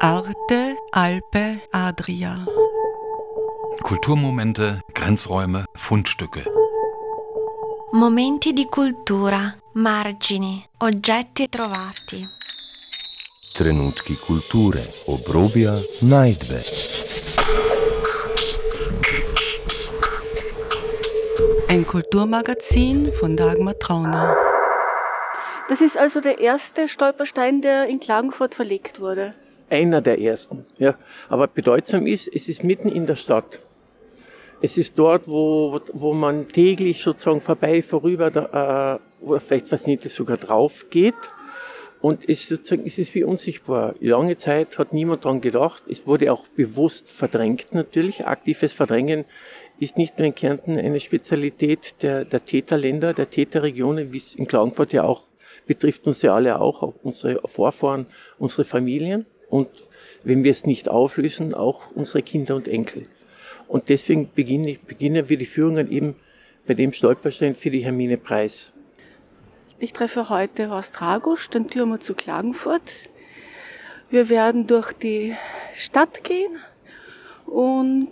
Arte, Alpe, Adria. Kulturmomente, Grenzräume, Fundstücke. Momenti di cultura, margini, oggetti trovati. Trenutki kulture, obrobja, najdbe. Ein Kulturmagazin von Dagmar Trauner. Das ist also der erste Stolperstein, der in Klagenfurt verlegt wurde. Einer der ersten, ja. Aber bedeutsam ist, es ist mitten in der Stadt. Es ist dort, wo man täglich sozusagen vorüber, oder vielleicht was Nettes sogar drauf geht. Und es ist wie unsichtbar. Lange Zeit hat niemand daran gedacht. Es wurde auch bewusst verdrängt natürlich. Aktives Verdrängen ist nicht nur in Kärnten eine Spezialität der Täterländer, der Täterregionen, wie es in Klagenfurt ja auch betrifft uns ja alle auch unsere Vorfahren, unsere Familien und wenn wir es nicht auflösen, auch unsere Kinder und Enkel. Und deswegen beginnen wir die Führungen eben bei dem Stolperstein für die Hermine Preis. Ich treffe heute Horst Ragusch, den Türmer zu Klagenfurt. Wir werden durch die Stadt gehen und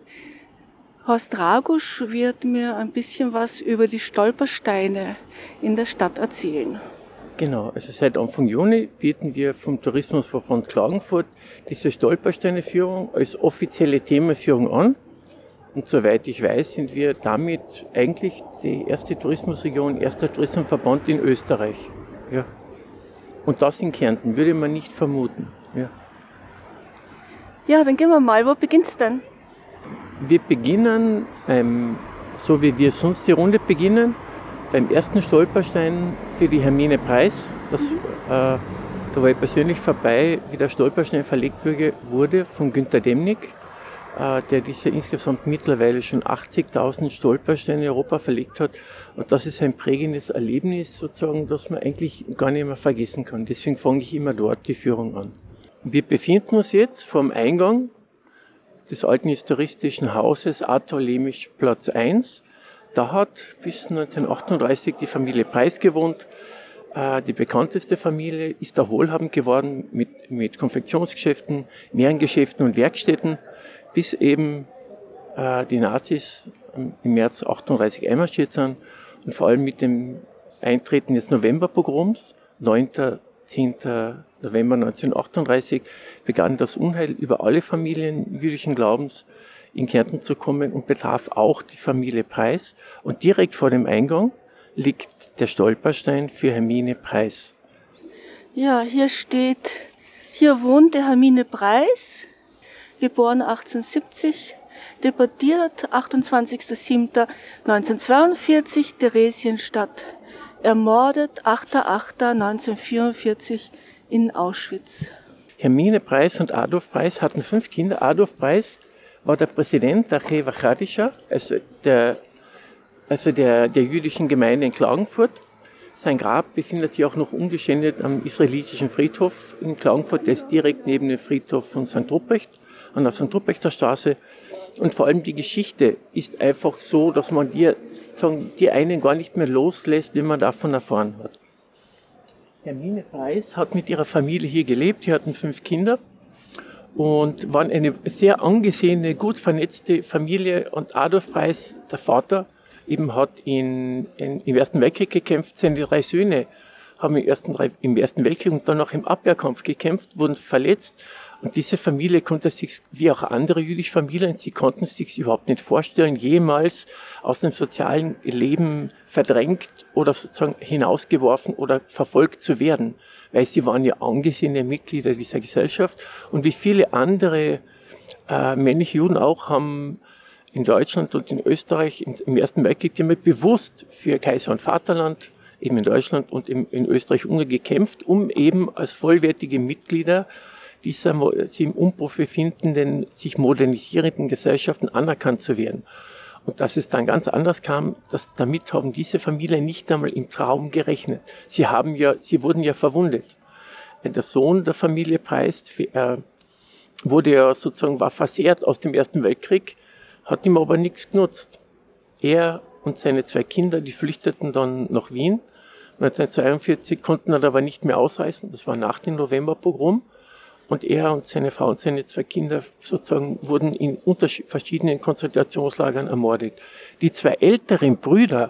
Horst Ragusch wird mir ein bisschen was über die Stolpersteine in der Stadt erzählen. Genau, also seit Anfang Juni bieten wir vom Tourismusverband Klagenfurt diese Stolpersteineführung als offizielle Themenführung an. Und soweit ich weiß, sind wir damit eigentlich die erste Tourismusregion, erster Tourismusverband in Österreich. Ja. Und das in Kärnten, würde man nicht vermuten. Ja, Ja, dann gehen wir mal. Wo beginnt's denn? Wir beginnen, so wie wir sonst die Runde beginnen, beim ersten Stolperstein für die Hermine Preis. Da war ich persönlich vorbei, wie der Stolperstein verlegt wurde von Günter Demnig, der diese insgesamt mittlerweile schon 80.000 Stolpersteine in Europa verlegt hat. Und das ist ein prägendes Erlebnis sozusagen, das man eigentlich gar nicht mehr vergessen kann. Deswegen fange ich immer dort die Führung an. Wir befinden uns jetzt vom Eingang des alten historistischen Hauses Arthur Lemisch Platz 1. Da hat bis 1938 die Familie Preis gewohnt. Die bekannteste Familie ist auch wohlhabend geworden mit Konfektionsgeschäften, Warengeschäften und Werkstätten, bis eben die Nazis im März 1938 einmarschiert sind und vor allem mit dem Eintreten des Novemberpogroms, 9. 10. November 1938, begann das Unheil über alle Familien jüdischen Glaubens in Kärnten zu kommen und betraf auch die Familie Preis. Und direkt vor dem Eingang liegt der Stolperstein für Hermine Preis. Ja, hier wohnte Hermine Preis, geboren 1870, deportiert 28.07.1942, Theresienstadt, ermordet 8.08.1944 in Auschwitz. Hermine Preis und Adolf Preis hatten 5 Kinder. Adolf Preis war der Präsident der Cheva Chadisha, also der jüdischen Gemeinde in Klagenfurt. Sein Grab befindet sich auch noch ungeschändet am israelitischen Friedhof in Klagenfurt. Der ist direkt neben dem Friedhof von St. Ruprecht, an der St. Ruprechter Straße. Und vor allem die Geschichte ist einfach so, dass man die einen gar nicht mehr loslässt, wenn man davon erfahren hat. Hermine Preis hat mit ihrer Familie hier gelebt. Sie hatten 5 Kinder. Und waren eine sehr angesehene, gut vernetzte Familie. Und Adolf Preis, der Vater, eben hat im Ersten Weltkrieg gekämpft. Seine 3 Söhne haben im Ersten Weltkrieg und dann auch im Abwehrkampf gekämpft, wurden verletzt. Und diese Familie konnte sich, wie auch andere jüdische Familien, sie konnten es sich überhaupt nicht vorstellen, jemals aus dem sozialen Leben verdrängt oder sozusagen hinausgeworfen oder verfolgt zu werden. Weil sie waren ja angesehene Mitglieder dieser Gesellschaft. Und wie viele andere männliche Juden auch haben in Deutschland und in Österreich im Ersten Weltkrieg damit bewusst für Kaiser und Vaterland, eben in Deutschland und in Österreich-Ungarn gekämpft, um eben als vollwertige Mitglieder dieser sich im Umbruch befindenden, sich modernisierenden Gesellschaften anerkannt zu werden. Und dass es dann ganz anders kam, damit haben diese Familien nicht einmal im Traum gerechnet. Sie wurden ja verwundet. Der Sohn der Familie Preis war versehrt aus dem Ersten Weltkrieg, hat ihm aber nichts genutzt. Er und seine 2 Kinder, die flüchteten dann nach Wien. 1942 konnten aber nicht mehr ausreisen, das war nach dem Novemberpogrom. Und er und seine Frau und seine 2 Kinder sozusagen wurden in verschiedenen Konzentrationslagern ermordet. Die 2 älteren Brüder,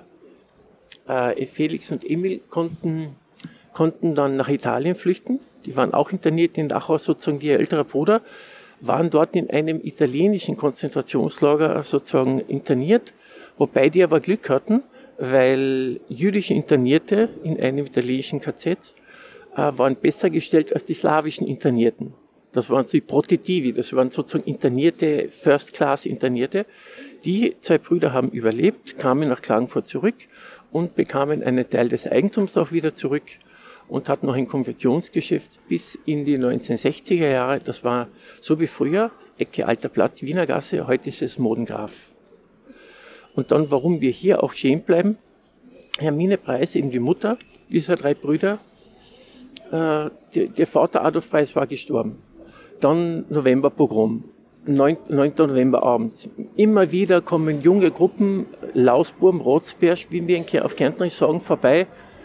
Felix und Emil, konnten dann nach Italien flüchten. Die waren auch interniert in Dachau, sozusagen wie ihr älterer Bruder, waren dort in einem italienischen Konzentrationslager sozusagen interniert, wobei die aber Glück hatten, weil jüdische Internierte in einem italienischen KZ waren besser gestellt als die slawischen Internierten. Das waren die Protetivi, das waren sozusagen Internierte, First-Class-Internierte. Die 2 Brüder haben überlebt, kamen nach Klagenfurt zurück und bekamen einen Teil des Eigentums auch wieder zurück und hatten noch ein Konfektionsgeschäft bis in die 1960er Jahre. Das war so wie früher, Ecke Alter Platz, Wiener Gasse, heute ist es Modengraf. Und dann, warum wir hier auch stehen bleiben, Hermine Preiß, eben die Mutter dieser 3 Brüder, der Vater Adolf Preiß war gestorben. Dann Novemberpogrom, 9. Novemberabend. Immer wieder kommen junge Gruppen, Lausburm, Rotsberg, wie wir auf Kärntnerisch sagen, vorbei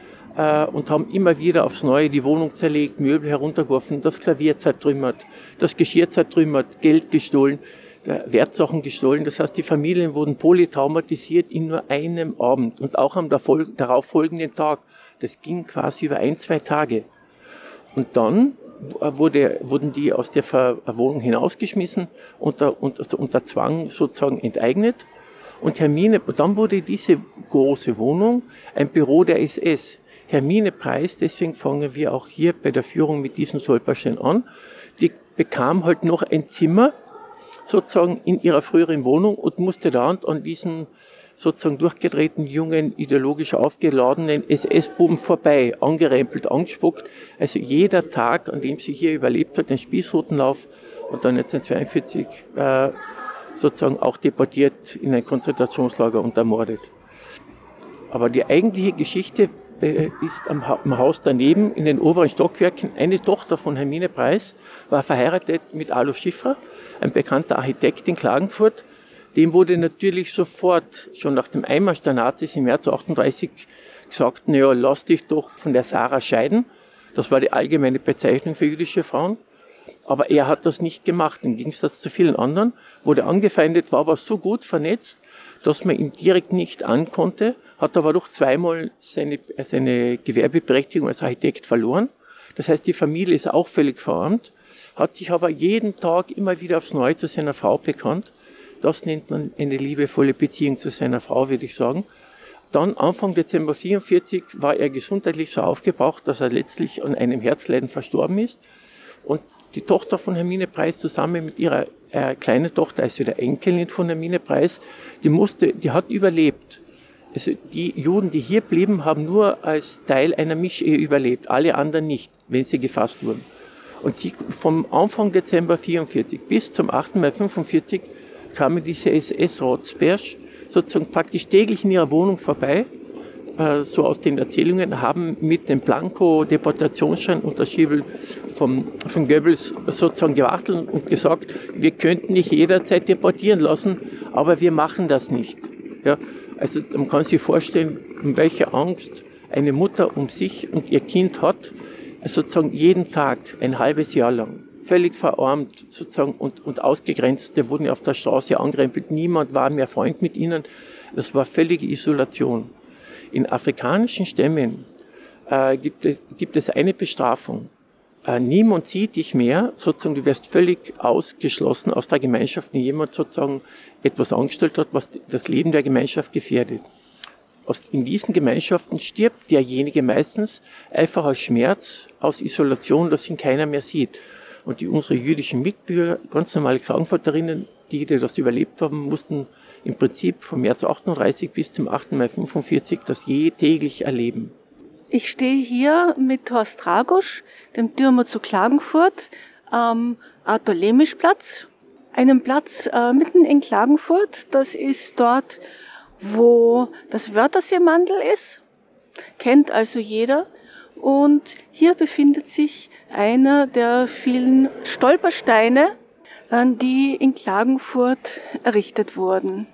und haben immer wieder aufs Neue die Wohnung zerlegt, Möbel heruntergeworfen, das Klavier zertrümmert, das Geschirr zertrümmert, Geld gestohlen, Wertsachen gestohlen. Das heißt, die Familien wurden polytraumatisiert in nur einem Abend und auch am darauffolgenden Tag. Das ging quasi über 1-2 Tage. Und dann wurden die aus der Wohnung hinausgeschmissen, unter Zwang sozusagen enteignet. Und dann wurde diese große Wohnung ein Büro der SS. Hermine Preiß, deswegen fangen wir auch hier bei der Führung mit diesem Stolperstein an, die bekam halt noch ein Zimmer sozusagen in ihrer früheren Wohnung und musste da an diesen sozusagen durchgedrehten, jungen, ideologisch aufgeladenen SS-Buben vorbei, angerempelt, angespuckt. Also jeder Tag, an dem sie hier überlebt hat, den Spießrutenlauf und dann 1942 sozusagen auch deportiert in ein Konzentrationslager und ermordet. Aber die eigentliche Geschichte ist am Haus daneben, in den oberen Stockwerken. Eine Tochter von Hermine Preiß war verheiratet mit Alois Schiffer, ein bekannter Architekt in Klagenfurt. Dem wurde natürlich sofort, schon nach dem Einmarsch der Nazis im März 1938, gesagt, naja, lass dich doch von der Sarah scheiden. Das war die allgemeine Bezeichnung für jüdische Frauen. Aber er hat das nicht gemacht, im Gegensatz zu vielen anderen. Wurde angefeindet, war aber so gut vernetzt, dass man ihn direkt nicht ankonnte, hat aber doch 2-mal seine Gewerbeberechtigung als Architekt verloren. Das heißt, die Familie ist auch völlig verarmt, hat sich aber jeden Tag immer wieder aufs Neue zu seiner Frau bekannt. Das nennt man eine liebevolle Beziehung zu seiner Frau, würde ich sagen. Dann Anfang Dezember 1944 war er gesundheitlich so aufgebraucht, dass er letztlich an einem Herzleiden verstorben ist. Und die Tochter von Hermine Preiß zusammen mit ihrer kleinen Tochter, also der Enkelin von Hermine Preiß, die hat überlebt. Also die Juden, die hier blieben, haben nur als Teil einer Mischehe überlebt, alle anderen nicht, wenn sie gefasst wurden. Und sie vom Anfang Dezember 1944 bis zum 8. Mai 1945 kamen diese SS-Rotsberg sozusagen praktisch täglich in ihrer Wohnung vorbei, so aus den Erzählungen, haben mit dem Blanko-Deportationsschein unterschrieben von Goebbels sozusagen gewartet und gesagt, wir könnten dich jederzeit deportieren lassen, aber wir machen das nicht. Ja, also man kann sich vorstellen, welche Angst eine Mutter um sich und ihr Kind hat, sozusagen jeden Tag, ein halbes Jahr lang. Völlig verarmt sozusagen und ausgegrenzt. Die wurden auf der Straße angerempelt. Niemand war mehr Freund mit ihnen. Das war völlige Isolation. In afrikanischen Stämmen gibt es eine Bestrafung. Niemand sieht dich mehr, sozusagen du wirst völlig ausgeschlossen aus der Gemeinschaft, wenn jemand sozusagen etwas angestellt hat, was das Leben der Gemeinschaft gefährdet. In diesen Gemeinschaften stirbt derjenige meistens einfach aus Schmerz, aus Isolation, dass ihn keiner mehr sieht. Und unsere jüdischen Mitbürger, ganz normale Klagenfurterinnen, die das überlebt haben, mussten im Prinzip vom März 38 bis zum 8. Mai 45 das täglich erleben. Ich stehe hier mit Horst Dragosch, dem Türmer zu Klagenfurt, am Arthur-Lemisch-Platz, einem Platz mitten in Klagenfurt. Das ist dort, wo das Wörthersee-Mandel ist, kennt also jeder. Und hier befindet sich einer der vielen Stolpersteine, die in Klagenfurt errichtet wurden.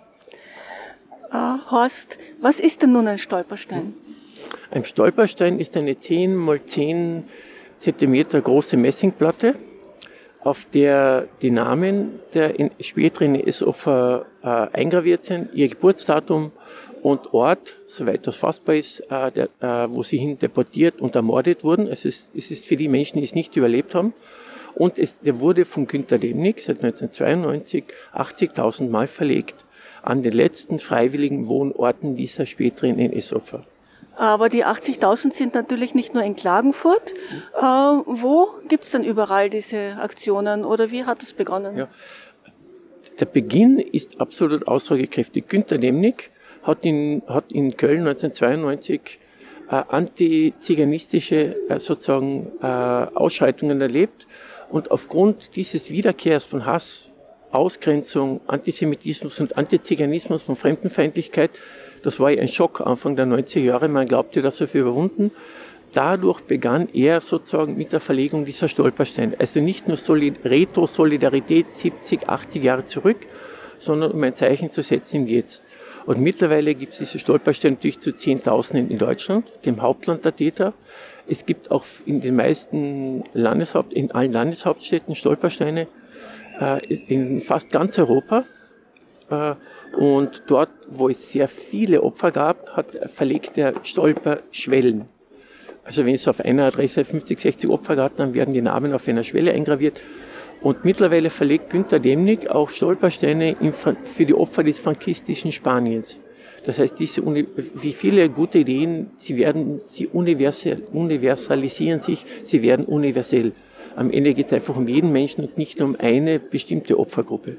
Horst, was ist denn nun ein Stolperstein? Ein Stolperstein ist eine 10 x 10 cm große Messingplatte, auf der die Namen der späteren NS-Opfer eingraviert sind, ihr Geburtsdatum und Ort, soweit das fassbar ist, wo sie hin deportiert und ermordet wurden. Es ist für die Menschen, die es nicht überlebt haben. Und der wurde von Günter Demnig seit 1992 80.000 Mal verlegt an den letzten freiwilligen Wohnorten dieser späteren NS-Opfer. Aber die 80.000 sind natürlich nicht nur in Klagenfurt. Wo gibt es denn überall diese Aktionen oder wie hat es begonnen? Ja. Der Beginn ist absolut aussagekräftig. Günter Demnig hat in Köln 1992 antiziganistische Ausschreitungen erlebt und aufgrund dieses Wiederkehrs von Hass, Ausgrenzung, Antisemitismus und Antiziganismus, von Fremdenfeindlichkeit, das war ja ein Schock Anfang der 90er Jahre, man glaubte, das sei überwunden. Dadurch begann er sozusagen mit der Verlegung dieser Stolpersteine. Also nicht nur Retro-Solidarität 70, 80 Jahre zurück, sondern um ein Zeichen zu setzen im Jetzt. Und mittlerweile gibt es diese Stolpersteine natürlich zu Zehntausenden in Deutschland, dem Hauptland der Täter. Es gibt auch in den meisten in allen Landeshauptstädten Stolpersteine, in fast ganz Europa. Und dort, wo es sehr viele Opfer gab, verlegt er Stolperschwellen. Also wenn es auf einer Adresse 50, 60 Opfer gab, dann werden die Namen auf einer Schwelle eingraviert. Und mittlerweile verlegt Günter Demnig auch Stolpersteine für die Opfer des frankistischen Spaniens. Das heißt, wie viele gute Ideen, sie universalisieren sich, sie werden universell. Am Ende geht es einfach um jeden Menschen und nicht nur um eine bestimmte Opfergruppe.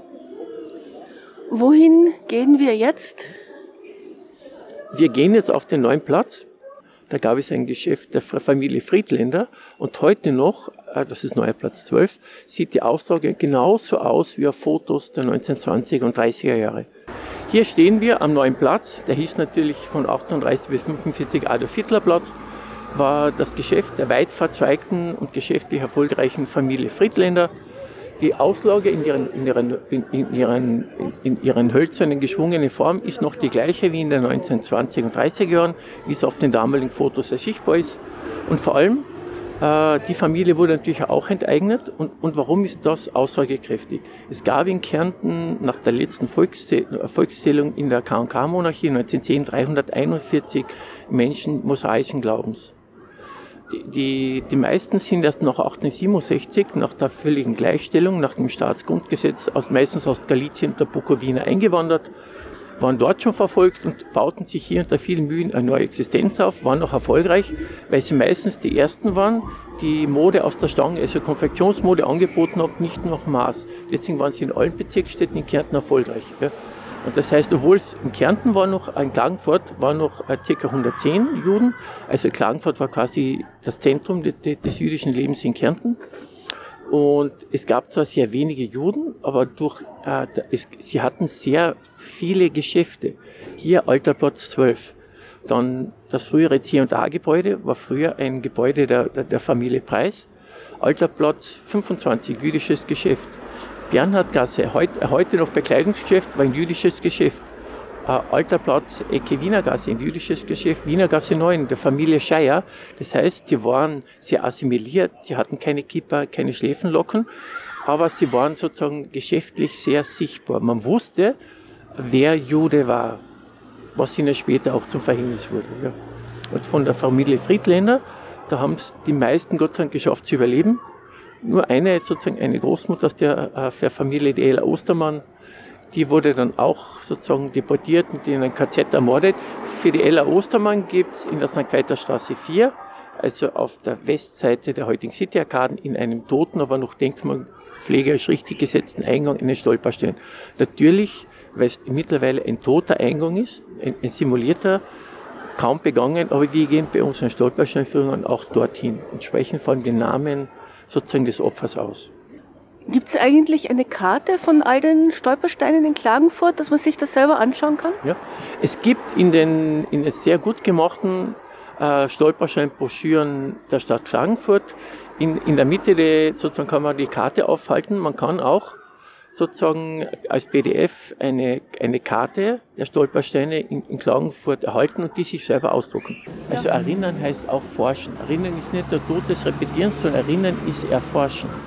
Wohin gehen wir jetzt? Wir gehen jetzt auf den neuen Platz. Da gab es ein Geschäft der Familie Friedländer und heute noch, das ist neuer Platz 12, sieht die Aussage genauso aus wie auf Fotos der 1920er und 30er Jahre. Hier stehen wir am neuen Platz, der hieß natürlich von 38 bis 45 Adolf-Hitler-Platz, war das Geschäft der weit verzweigten und geschäftlich erfolgreichen Familie Friedländer. Die Auslage in ihren hölzernen, geschwungenen Form ist noch die gleiche wie in den 1920er und 30er Jahren, wie es auf den damaligen Fotos sichtbar ist. Und vor allem, die Familie wurde natürlich auch enteignet. Und warum ist das aussagekräftig? Es gab in Kärnten nach der letzten Volkszählung in der K&K-Monarchie 1910 341 Menschen mosaischen Glaubens. Die meisten sind erst nach 1867, nach der völligen Gleichstellung, nach dem Staatsgrundgesetz, meistens aus Galizien und der Bukowina eingewandert, waren dort schon verfolgt und bauten sich hier unter vielen Mühen eine neue Existenz auf, waren auch erfolgreich, weil sie meistens die Ersten waren, die Mode aus der Stange, also Konfektionsmode angeboten haben, nicht nach Maß. Deswegen waren sie in allen Bezirksstädten in Kärnten erfolgreich. Ja. Und das heißt, obwohl es in Kärnten war noch, in Klagenfurt waren noch ca. 110 Juden, also Klagenfurt war quasi das Zentrum des jüdischen Lebens in Kärnten. Und es gab zwar sehr wenige Juden, aber sie hatten sehr viele Geschäfte. Hier Alter Platz 12. Dann das frühere C&A-Gebäude war früher ein Gebäude der Familie Preis. Alter Platz 25, jüdisches Geschäft. Bernhardgasse, heute noch Bekleidungsgeschäft, war ein jüdisches Geschäft. Alter Platz, Ecke Wienergasse, ein jüdisches Geschäft. Wienergasse 9, der Familie Scheier. Das heißt, sie waren sehr assimiliert, sie hatten keine Kippa, keine Schläfenlocken, aber sie waren sozusagen geschäftlich sehr sichtbar. Man wusste, wer Jude war, was ihnen später auch zum Verhängnis wurde. Ja. Und von der Familie Friedländer, da haben es die meisten Gott sei Dank geschafft zu überleben. Nur eine Großmutter aus der Familie, die Ella Ostermann, die wurde dann auch sozusagen deportiert und in ein KZ ermordet. Für die Ella Ostermann gibt es in der St. Veiter Straße 4, also auf der Westseite der heutigen City-Arkaden, in einem toten, aber noch denkmalpflegerisch richtig gesetzten Eingang einen Stolperstein. Natürlich, weil es mittlerweile ein toter Eingang ist, ein simulierter, kaum begangen, aber wir gehen bei unseren Stolpersteinführungen auch dorthin und sprechen vor allem den Namen sozusagen des Opfers aus. Gibt es eigentlich eine Karte von all den Stolpersteinen in Klagenfurt, dass man sich das selber anschauen kann? Ja, es gibt in den sehr gut gemachten Stolpersteinbroschüren der Stadt Klagenfurt, in der Mitte sozusagen kann man die Karte aufhalten. Man kann auch sozusagen als PDF eine Karte der Stolpersteine in Klagenfurt erhalten und die sich selber ausdrucken. Also erinnern heißt auch forschen. Erinnern ist nicht der Tod des Repetierens, sondern erinnern ist erforschen.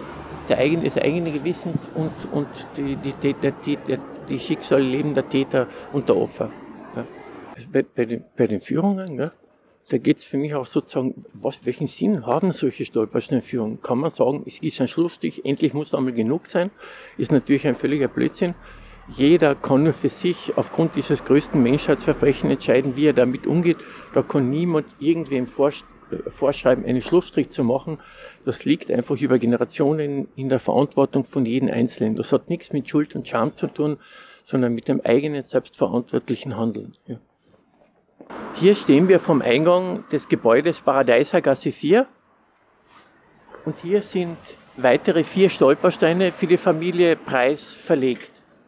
des eigenen Gewissens und die Schicksalleben der Täter und der Opfer. Ja. Also bei den Führungen, ja, da geht es für mich auch sozusagen, welchen Sinn haben solche Stolpersteinführungen? Kann man sagen, es ist ein Schlussstrich, endlich muss einmal genug sein? Ist natürlich ein völliger Blödsinn. Jeder kann nur für sich aufgrund dieses größten Menschheitsverbrechens entscheiden, wie er damit umgeht. Da kann niemand irgendwem vorschreiben, einen Schlussstrich zu machen. Das liegt einfach über Generationen in der Verantwortung von jedem Einzelnen. Das hat nichts mit Schuld und Scham zu tun, sondern mit dem eigenen selbstverantwortlichen Handeln. Ja. Hier stehen wir vom Eingang des Gebäudes Paradeiser Gasse 4 und hier sind weitere 4 Stolpersteine für die Familie Preis verlegt.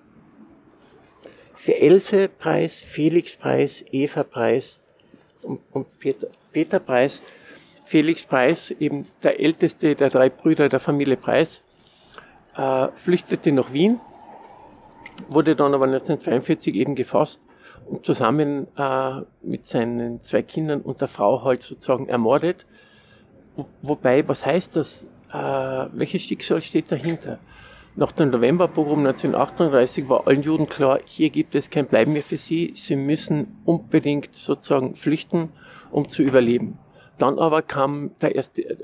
Für Else Preis, Felix Preis, Eva Preis und Peter Preis. Felix Preis, eben der älteste der 3 Brüder der Familie Preis, flüchtete nach Wien, wurde dann aber 1942 eben gefasst und zusammen mit seinen 2 Kindern und der Frau halt sozusagen ermordet. Wobei, was heißt das? Welches Schicksal steht dahinter? Nach dem Novemberpogrom 1938 war allen Juden klar, hier gibt es kein Bleiben mehr für sie. Sie müssen unbedingt sozusagen flüchten, um zu überleben. Dann aber kam der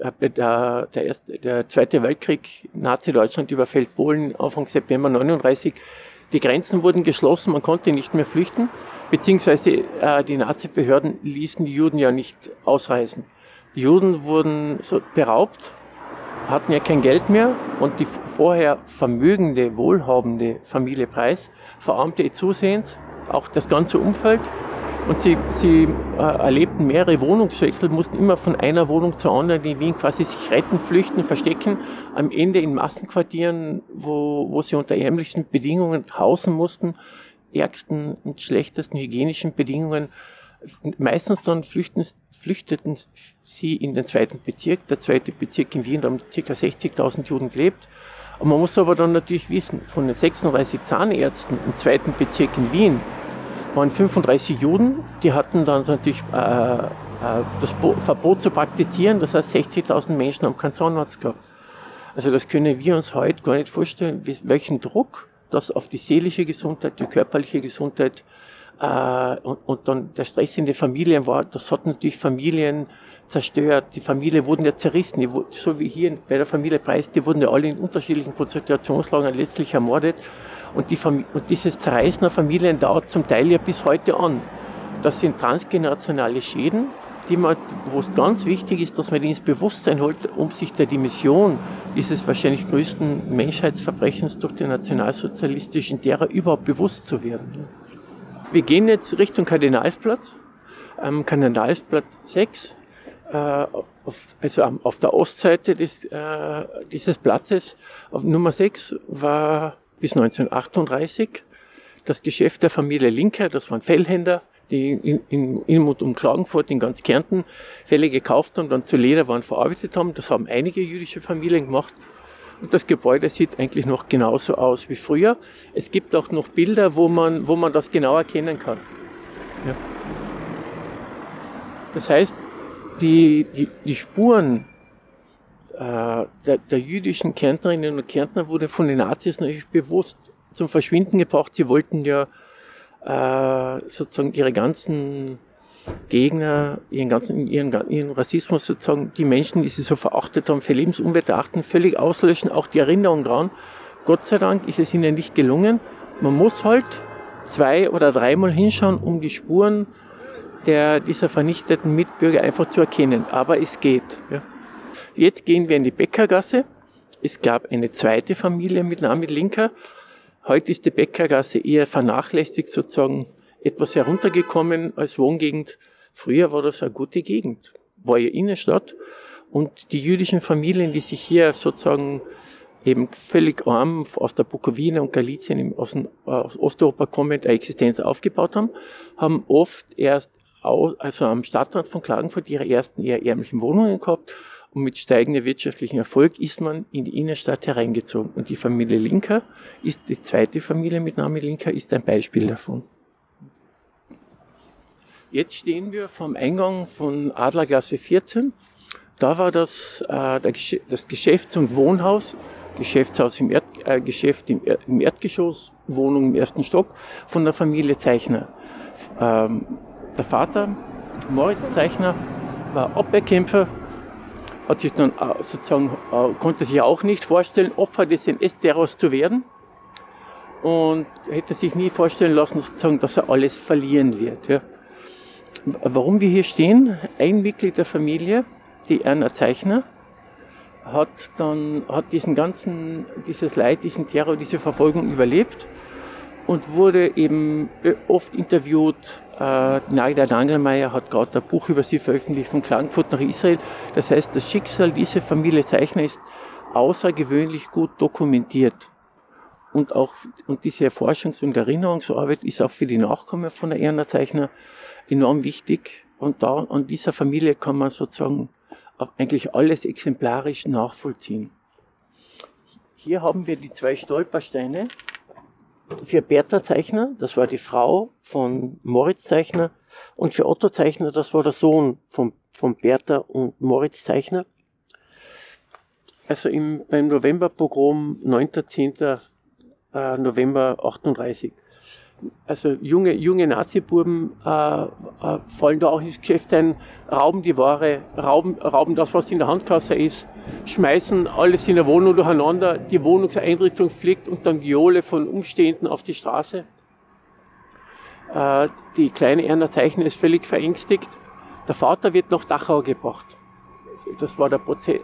Zweite Weltkrieg, Nazi-Deutschland überfällt Polen Anfang September 1939. Die Grenzen wurden geschlossen, man konnte nicht mehr flüchten, beziehungsweise die Nazi-Behörden ließen die Juden ja nicht ausreisen. Die Juden wurden so beraubt, hatten ja kein Geld mehr und die vorher vermögende, wohlhabende Familie Preis verarmte zusehends, auch das ganze Umfeld. Und sie erlebten mehrere Wohnungswechsel, mussten immer von einer Wohnung zur anderen in Wien quasi sich retten, flüchten, verstecken. Am Ende in Massenquartieren, wo sie unter ärmlichsten Bedingungen hausen mussten, ärgsten und schlechtesten hygienischen Bedingungen. Meistens dann flüchteten sie in den 2. Bezirk. Der 2. Bezirk in Wien, da haben ca. 60.000 Juden gelebt. Und man muss aber dann natürlich wissen, von den 36 Zahnärzten im 2. Bezirk in Wien waren 35 Juden, die hatten dann natürlich das Verbot zu praktizieren, das heißt 60.000 Menschen haben keinen Zahnarzt gehabt. Also das können wir uns heute gar nicht vorstellen, welchen Druck das auf die seelische Gesundheit, die körperliche Gesundheit und dann der Stress in den Familien war, das hat natürlich Familien zerstört, die Familien wurden ja zerrissen, so wie hier bei der Familie Preis, die wurden ja alle in unterschiedlichen Konzentrationslagern letztlich ermordet. Und dieses Zerreißen der Familien dauert zum Teil ja bis heute an. Das sind transgenerationale Schäden, wo es ganz wichtig ist, dass man die ins Bewusstsein holt, um sich der Dimension dieses wahrscheinlich größten Menschheitsverbrechens durch den nationalsozialistischen Terror überhaupt bewusst zu werden. Wir gehen jetzt Richtung Kardinalsplatz, am Kardinalsplatz 6, also auf der Ostseite dieses Platzes. Auf Nummer 6 war bis 1938 das Geschäft der Familie Linker, das waren Fellhändler, die in und um Klagenfurt, in ganz Kärnten, Felle gekauft und dann zu Lederwaren verarbeitet haben. Das haben einige jüdische Familien gemacht. Und das Gebäude sieht eigentlich noch genauso aus wie früher. Es gibt auch noch Bilder, wo man das genau erkennen kann. Ja. Das heißt, die Spuren der jüdischen Kärntnerinnen und Kärntner wurde von den Nazis natürlich bewusst zum Verschwinden gebracht. Sie wollten ja sozusagen ihre ganzen Gegner, ihren Rassismus sozusagen, die Menschen, die sie so verachtet haben, für Lebensumwelt erachten, völlig auslöschen, auch die Erinnerung daran. Gott sei Dank ist es ihnen nicht gelungen. Man muss halt 2- oder 3-mal hinschauen, um die Spuren dieser vernichteten Mitbürger einfach zu erkennen. Aber es geht. Ja. Jetzt gehen wir in die Bäckergasse. Es gab eine zweite Familie mit Namen Linker. Heute ist die Bäckergasse eher vernachlässigt, sozusagen etwas heruntergekommen als Wohngegend. Früher war das eine gute Gegend, war ja Innenstadt. Und die jüdischen Familien, die sich hier sozusagen eben völlig arm aus der Bukowina und Galizien, aus Osteuropa kommend, eine Existenz aufgebaut haben, haben oft erst am Stadtrand von Klagenfurt ihre ersten eher ärmlichen Wohnungen gehabt. Und mit steigendem wirtschaftlichen Erfolg ist man in die Innenstadt hereingezogen. Und die Familie Linker die zweite Familie mit Namen Linker, ist ein Beispiel davon. Jetzt stehen wir vom Eingang von Adlergasse 14. Da war das Geschäfts- und Wohnhaus Geschäftshaus Geschäft im Erdgeschoss, Wohnung im ersten Stock von der Familie Zeichner. Der Vater, Moritz Zeichner, war Abwehrkämpfer, hat sich dann konnte sich auch nicht vorstellen, Opfer des NS-Terrors zu werden und hätte sich nie vorstellen lassen, sozusagen, dass er alles verlieren wird. Ja. Warum wir hier stehen? Ein Mitglied der Familie, die Erna Zeichner, hat dieses Leid, diesen Terror, diese Verfolgung überlebt und wurde eben oft interviewt. Nagda Dangelmeier hat gerade ein Buch über sie veröffentlicht, von Klagenfurt nach Israel. Das heißt, das Schicksal dieser Familie Zeichner ist außergewöhnlich gut dokumentiert. Und diese Forschungs- und Erinnerungsarbeit ist auch für die Nachkommen von der Erna Zeichner enorm wichtig. Und da an dieser Familie kann man sozusagen eigentlich alles exemplarisch nachvollziehen. Hier haben wir die 2 Stolpersteine für Bertha Zeichner, das war die Frau von Moritz Zeichner, und für Otto Zeichner, das war der Sohn von Bertha und Moritz Zeichner. Also beim Novemberpogrom, 9.10. November 38. Also junge Nazi-Buben fallen da auch ins Geschäft ein, rauben die Ware, rauben das, was in der Handkasse ist, schmeißen alles in der Wohnung durcheinander, die Wohnungseinrichtung fliegt unter Viole von Umstehenden auf die Straße. Die kleine Erna Zeichner ist völlig verängstigt. Der Vater wird nach Dachau gebracht. Das war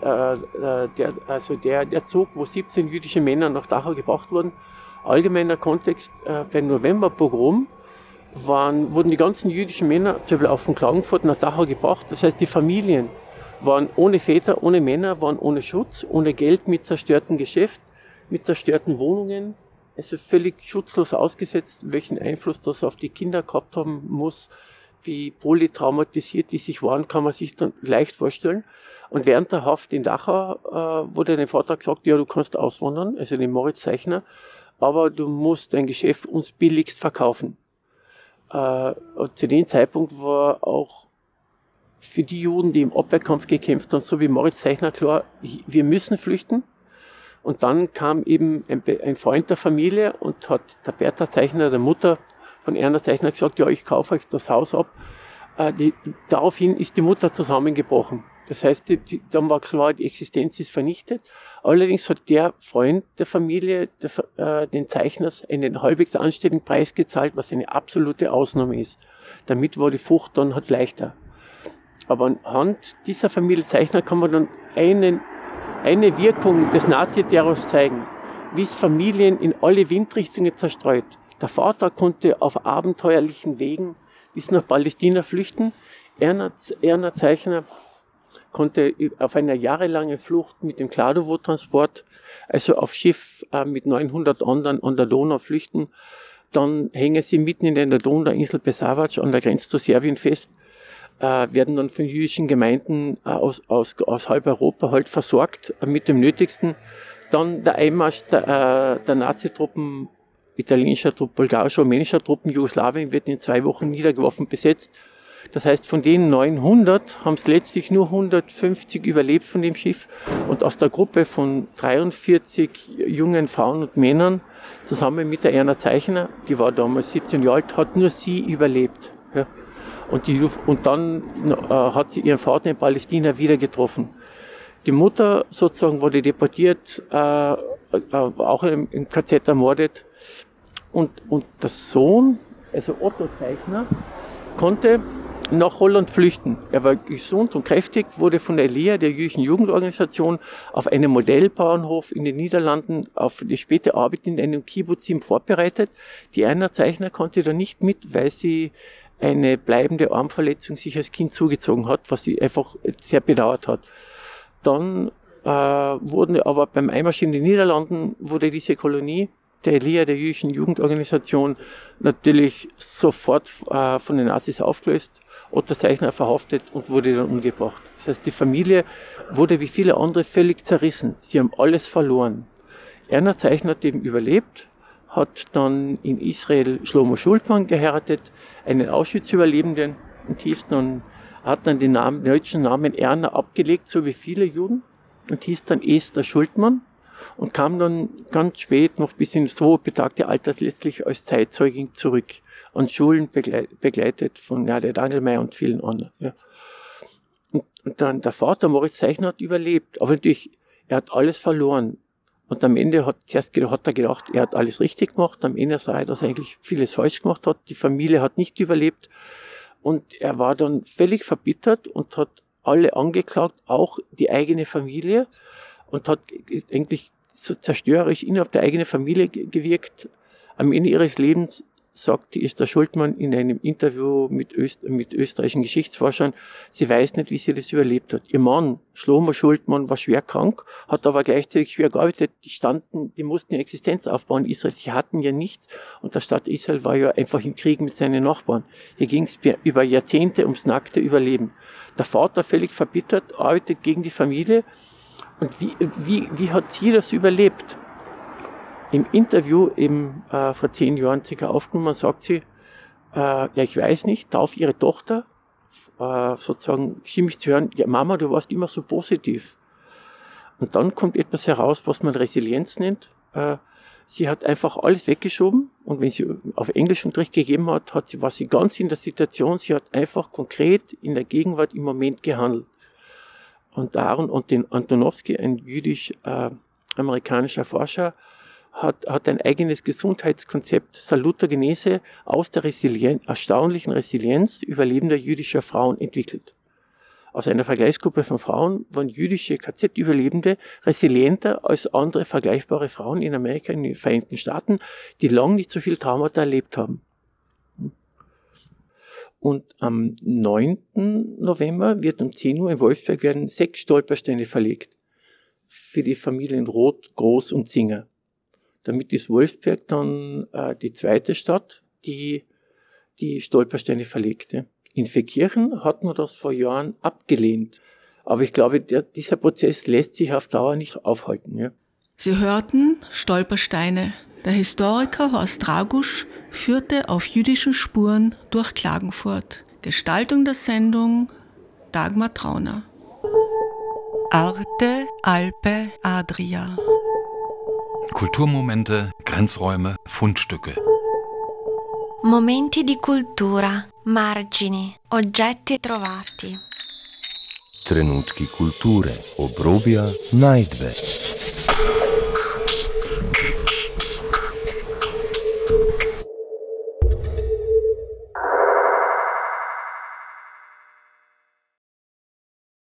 der Zug, wo 17 jüdische Männer nach Dachau gebracht wurden. Allgemeiner Kontext, beim Novemberpogrom wurden die ganzen jüdischen Männer zum Beispiel auch von Klagenfurt nach Dachau gebracht. Das heißt, die Familien waren ohne Väter, ohne Männer, waren ohne Schutz, ohne Geld, mit zerstörtem Geschäft, mit zerstörten Wohnungen. Also völlig schutzlos ausgesetzt, welchen Einfluss das auf die Kinder gehabt haben muss, wie polytraumatisiert die sich waren, kann man sich dann leicht vorstellen. Und während der Haft in Dachau wurde dem Vater gesagt, ja, du kannst auswandern, also dem Moritz Zeichner, aber du musst dein Geschäft uns billigst verkaufen. Und zu dem Zeitpunkt war auch für die Juden, die im Abwehrkampf gekämpft haben, so wie Moritz Zeichner, klar, wir müssen flüchten. Und dann kam eben ein Freund der Familie und hat der Bertha Zeichner, der Mutter von Erna Zeichner, gesagt, ja, ich kaufe euch das Haus ab. Daraufhin ist die Mutter zusammengebrochen. Das heißt, dann war klar, die Existenz ist vernichtet. Allerdings hat der Freund der Familie den Zeichners einen halbwegs anständigen Preis gezahlt, was eine absolute Ausnahme ist. Damit war die Flucht dann halt leichter. Aber anhand dieser Familie Zeichner kann man dann eine Wirkung des Naziterrors zeigen, wie es Familien in alle Windrichtungen zerstreut. Der Vater konnte auf abenteuerlichen Wegen bis nach Palästina flüchten. Erna Zeichner konnte auf einer jahrelangen Flucht mit dem Kladowo-Transport, also auf Schiff mit 900 anderen an der Donau flüchten. Dann hängen sie mitten in der Donauinsel Pesavac an der Grenze zu Serbien fest, werden dann von jüdischen Gemeinden aus halb Europa halt versorgt mit dem Nötigsten. Dann der Einmarsch der Nazitruppen, italienischer Truppen, bulgarischer, rumänischer Truppen, Jugoslawien wird in 2 Wochen niedergeworfen, besetzt. Das heißt, von den 900 haben es letztlich nur 150 überlebt von dem Schiff. Und aus der Gruppe von 43 jungen Frauen und Männern, zusammen mit der Erna Zeichner, die war damals 17 Jahre alt, hat nur sie überlebt. Ja. Und dann hat sie ihren Vater in Palästina wieder getroffen. Die Mutter sozusagen wurde deportiert, auch im KZ ermordet. Und der Sohn, also Otto Zeichner, konnte nach Holland flüchten. Er war gesund und kräftig, wurde von der ELIA, der jüdischen Jugendorganisation, auf einem Modellbauernhof in den Niederlanden auf die späte Arbeit in einem Kibbutzim vorbereitet. Die Erna Zeichner konnte da nicht mit, weil sie eine bleibende Armverletzung sich als Kind zugezogen hat, was sie einfach sehr bedauert hat. Dann wurden aber beim Einmarsch in den Niederlanden wurde diese Kolonie der ELIA, der jüdischen Jugendorganisation, natürlich sofort von den Nazis aufgelöst. Otto Zeichner verhaftet und wurde dann umgebracht. Das heißt, die Familie wurde wie viele andere völlig zerrissen. Sie haben alles verloren. Erna Zeichner hat eben überlebt, hat dann in Israel Shlomo Schultmann geheiratet, einen Auschwitz-Überlebenden, und hat dann den deutschen Namen Erna abgelegt, so wie viele Juden, und hieß dann Esther Schultmann. und kam dann ganz spät, noch bis ins so betagte Alter, letztlich als Zeitzeugin zurück. An Schulen begleitet von der Dangelmeier und vielen anderen. Ja. Und dann der Vater, Moritz Zeichner, hat überlebt. Aber natürlich, er hat alles verloren. Und am Ende hat er gedacht, er hat alles richtig gemacht. Am Ende sah er, dass er eigentlich vieles falsch gemacht hat. Die Familie hat nicht überlebt. Und er war dann völlig verbittert und hat alle angeklagt, auch die eigene Familie. Und hat eigentlich so zerstörerisch innerhalb der eigenen Familie gewirkt. Am Ende ihres Lebens sagte Esther Schultmann in einem Interview mit österreichischen Geschichtsforschern, sie weiß nicht, wie sie das überlebt hat. Ihr Mann, Schlomo Schultmann, war schwer krank, hat aber gleichzeitig schwer gearbeitet. Die mussten eine Existenz aufbauen in Israel. Sie hatten ja nichts. Und der Staat Israel war ja einfach im Krieg mit seinen Nachbarn. Hier ging es über Jahrzehnte ums nackte Überleben. Der Vater, völlig verbittert, arbeitet gegen die Familie. Und wie hat sie das überlebt? Im Interview eben vor 10 Jahren circa aufgenommen, sagt sie, ja, ich weiß nicht, darf ihre Tochter sozusagen stimmig zu hören, ja Mama, du warst immer so positiv. Und dann kommt etwas heraus, was man Resilienz nennt. Sie hat einfach alles weggeschoben und wenn sie auf Englischunterricht gegeben hat, war sie ganz in der Situation, sie hat einfach konkret in der Gegenwart im Moment gehandelt. Und Aaron Antonowski, ein jüdisch-amerikanischer Forscher, hat ein eigenes Gesundheitskonzept Salutogenese aus der erstaunlichen Resilienz überlebender jüdischer Frauen entwickelt. Aus einer Vergleichsgruppe von Frauen waren jüdische KZ-Überlebende resilienter als andere vergleichbare Frauen in Amerika, in den Vereinigten Staaten, die lange nicht so viel Traumata erlebt haben. Und am 9. November wird um 10 Uhr in Wolfsberg werden 6 Stolpersteine verlegt für die Familien Roth, Groß und Singer. Damit ist Wolfsberg dann die zweite Stadt, die Stolpersteine verlegte. In Feldkirchen hat man das vor Jahren abgelehnt. Aber ich glaube, dieser Prozess lässt sich auf Dauer nicht aufhalten. Ja. Sie hörten Stolpersteine. Der Historiker Horst Dragusch führte auf jüdischen Spuren durch Klagenfurt. Gestaltung der Sendung Dagmar Trauner. Arte, Alpe, Adria. Kulturmomente, Grenzräume, Fundstücke. Momenti di cultura, margini, oggetti trovati. Trenutki kulture, obrobja, najdbe.